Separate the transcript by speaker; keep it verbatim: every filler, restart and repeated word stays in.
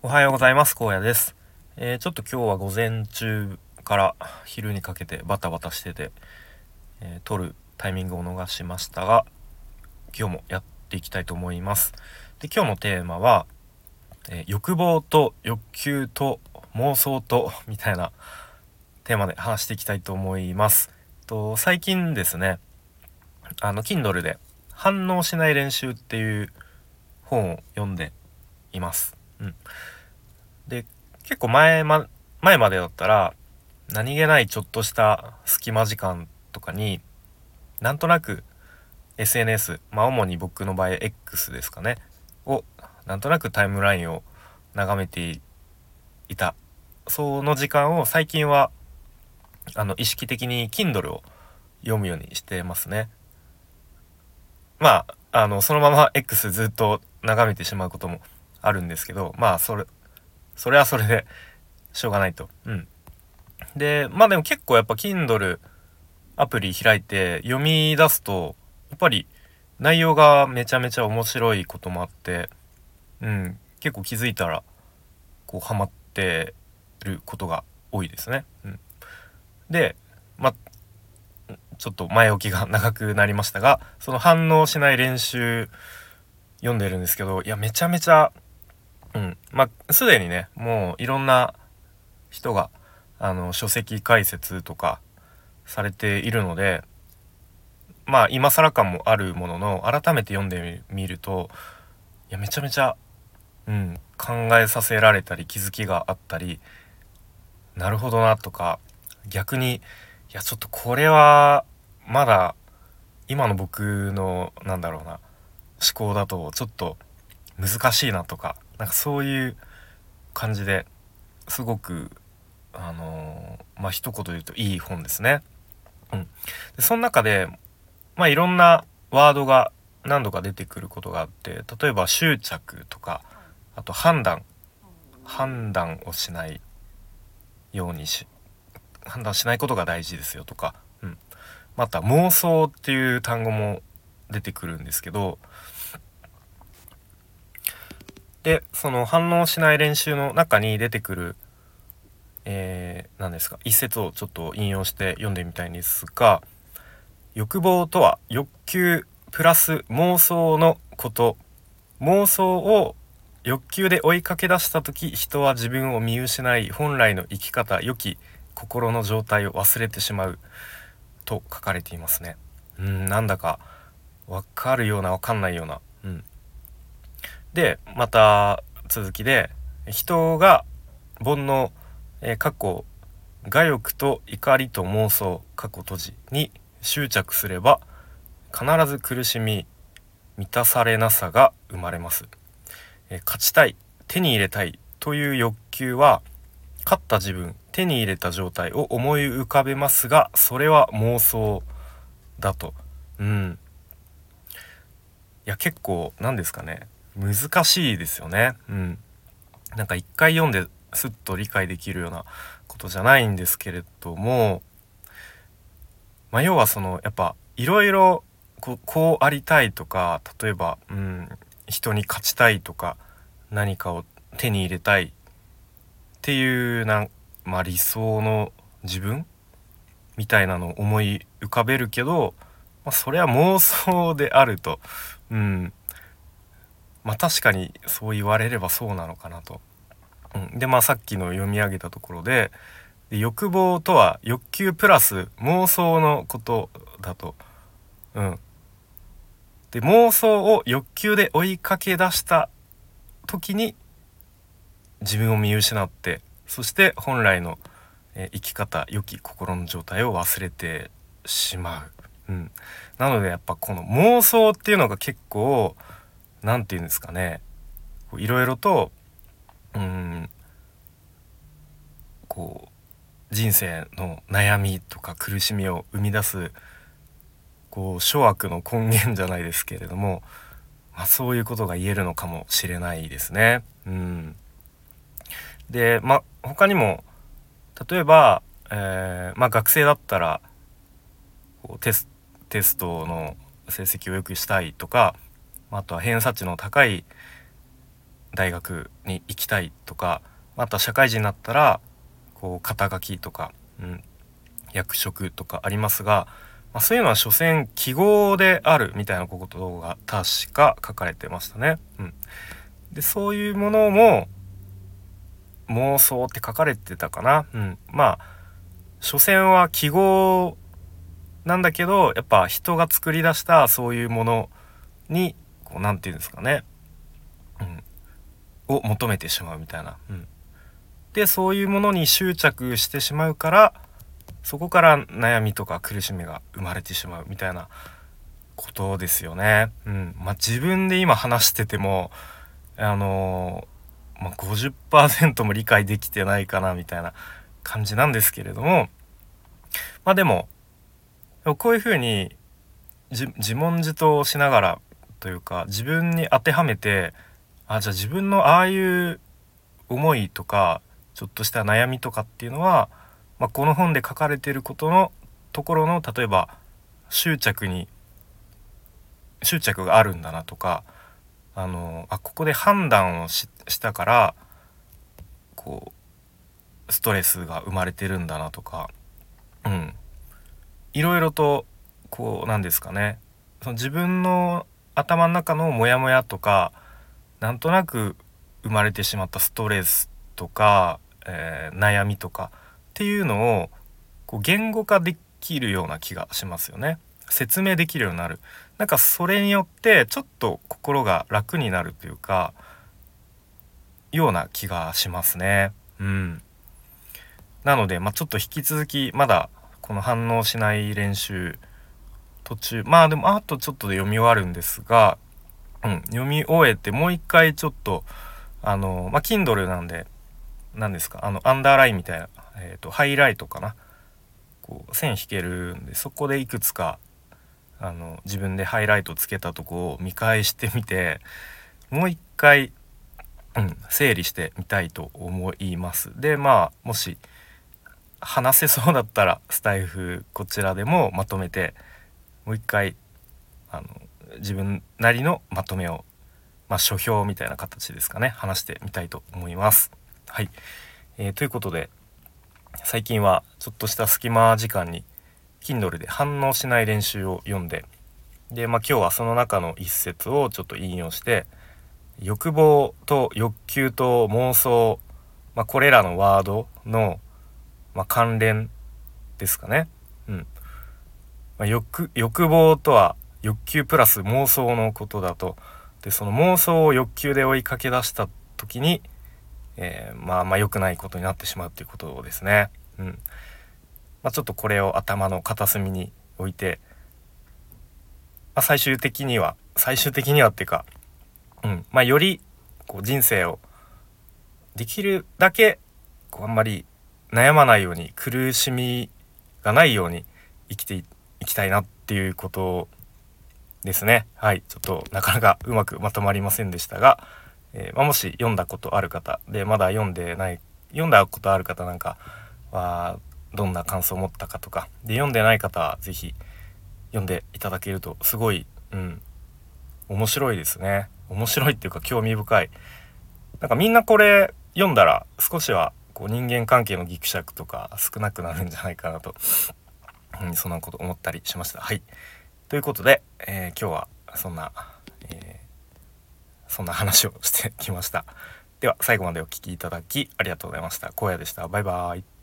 Speaker 1: おはようございます。荒野です。えー、ちょっと今日は午前中から昼にかけてバタバタしてて、えー、撮るタイミングを逃しましたが、今日もやっていきたいと思います。で、今日のテーマは、えー欲望と欲求と妄想とみたいなテーマで話していきたいと思います。と最近ですね、あの Kindle で反応しない練習っていう本を読んでいます。うん。で、結構前ま、前までだったら、何気ないちょっとした隙間時間とかに、なんとなく エスエヌエス、まあ主に僕の場合 X ですかね、を、なんとなくタイムラインを眺めていた。その時間を最近は、あの、意識的に Kindle を読むようにしてますね。まあ、あの、そのまま X ずっと眺めてしまうこともあるんですけど、まあ、それ、それはそれでしょうがないと。うん。で、まあでも結構やっぱ Kindle アプリ開いて読み出すと、やっぱり内容がめちゃめちゃ面白いこともあって、うん、結構気づいたら、こうハマってることが多いですね。うん、で、ま、ちょっと前置きが長くなりましたが、その反応しない練習読んでるんですけど、いや、めちゃめちゃ、うん、まあ、すでにね、もういろんな人が、あの、書籍解説とかされているので、まあ今更感もあるものの改めて読んでみると、いやめちゃめちゃ、うん、考えさせられたり気づきがあったり、なるほどなとか、逆にいやちょっとこれはまだ今の僕のなんだろうな思考だとちょっと難しいなとか、なんかそういう感じですごくあのーまあ一言で言うといい本ですね。うん、でその中でまあいろんなワードが何度か出てくることがあって、例えば執着とか、あと判断判断をしないようにし判断しないことが大事ですよとか、うん、また妄想っていう単語も出てくるんですけど、でその反応しない練習の中に出てくる、えー、何ですか一節をちょっと引用して読んでみたいんですが、欲望とは欲求プラス妄想のこと。妄想を欲求で追いかけ出した時、人は自分を見失い、本来の生き方良き心の状態を忘れてしまうと書かれていますね。うん、なんだかわかるようなわかんないような。うん、でまた続きで、人が煩悩、えー、過去我欲と怒りと妄想過去閉じに執着すれば、必ず苦しみ満たされなさが生まれます。えー勝ちたい、手に入れたいという欲求は、勝った自分、手に入れた状態を思い浮かべますが、それは妄想だと。うん。いや、結構、なんですかね。難しいですよね。うん。なんか一回読んですっと理解できるようなことじゃないんですけれども、まあ、要はその、やっぱ、いろいろ、こう、こうありたいとか、例えば、うん、人に勝ちたいとか、何かを手に入れたいっていうなん、まあ、理想の自分みたいなのを思い浮かべるけど、まあ、それは妄想であると。うん。まあ確かにそう言われればそうなのかなと。うん、でまあさっきの読み上げたところで、で欲望とは欲求プラス妄想のことだと。うん。で妄想を欲求で追いかけ出した時に自分を見失って、そして本来のえー生き方良き心の状態を忘れてしまう。うん、なのでやっぱこの妄想っていうのが結構なんていうんですかね、いろいろとうーんこう人生の悩みとか苦しみを生み出すこう諸悪の根源じゃないですけれども、まあ、そういうことが言えるのかもしれないですね。うん、でまあ他にも例えば、えーまあ、学生だったらこうテス、テストの成績を良くしたいとか、あとは偏差値の高い大学に行きたいとか、また社会人になったらこう肩書きとか、うん、役職とかありますが、まあ、そういうのは所詮記号であるみたいなことが確か書かれてましたね。うん、でそういうものも妄想って書かれてたかな。うん、まあ所詮は記号なんだけど、やっぱ人が作り出したそういうものにこうなんていうんですかね、うん、を求めてしまうみたいな。うん、でそういうものに執着してしまうから、そこから悩みとか苦しみが生まれてしまうみたいなことですよね。うん、まあ自分で今話しててもあのー、まあ、ごじゅっパーセント も理解できてないかなみたいな感じなんですけれども、まあでもこういうふうに自問自答しながらというか、自分に当てはめて、あじゃあ自分のああいう思いとかちょっとした悩みとかっていうのは、まあ、この本で書かれていることのところの例えば執着に執着があるんだなとか、あのあここで判断を し, したからこうストレスが生まれてるんだなとか、うんいろいろとこうなんですかね、その自分の頭の中のモヤモヤとか、なんとなく生まれてしまったストレスとか、えー、悩みとかっていうのをこう言語化できるような気がしますよね。説明できるようになる。なんかそれによってちょっと心が楽になるというかような気がしますね。うん。なので、まあ、ちょっと引き続きまだこの反応しない練習途中、まあでもあとちょっとで読み終わるんですが、うん、読み終えてもう一回ちょっとあのまあ Kindle なんで何ですか、あのアンダーラインみたいな、えーと、ハイライトかな、こう線引けるんで、そこでいくつかあの自分でハイライトつけたとこを見返してみて、もう一回、うん、整理してみたいと思います。でまあもし話せそうだったらスタイフこちらでもまとめてもう一回あの自分なりのまとめを、まあ、書評みたいな形ですかね、話してみたいと思います。はい、えー、ということで最近はちょっとした隙間時間に Kindle で反応しない練習を読んで、で、まあ、今日はその中の一節をちょっと引用して、欲望と欲求と妄想、まあ、これらのワードの、まあ、関連ですかね。うん。まあ、欲、欲望とは欲求プラス妄想のことだと。でその妄想を欲求で追いかけ出した時に、えー、まあまあ良くないことになってしまうということですね。うん。まあ、ちょっとこれを頭の片隅に置いて、まあ、最終的には最終的にはっていうか、うんまあ、よりこう人生をできるだけこうあんまり悩まないように、苦しみがないように生きていきたいなっていうことですね。はい、ちょっとなかなかうまくまとまりませんでしたが、えーまあ、もし読んだことある方で、まだ読んでない読んだことある方なんかはどんな感想を持ったかとかで、読んでない方はぜひ読んでいただけるとすごい、うん、面白いですね。面白いっていうか興味深い。なんかみんなこれ読んだら少しはこう人間関係のギクシャクとか少なくなるんじゃないかなと、うん、そんなこと思ったりしました。はい、ということで、えー、今日はそんな、えー、そんな話をしてきました。では最後までお聞きいただきありがとうございました。荒野でした。バイバイ。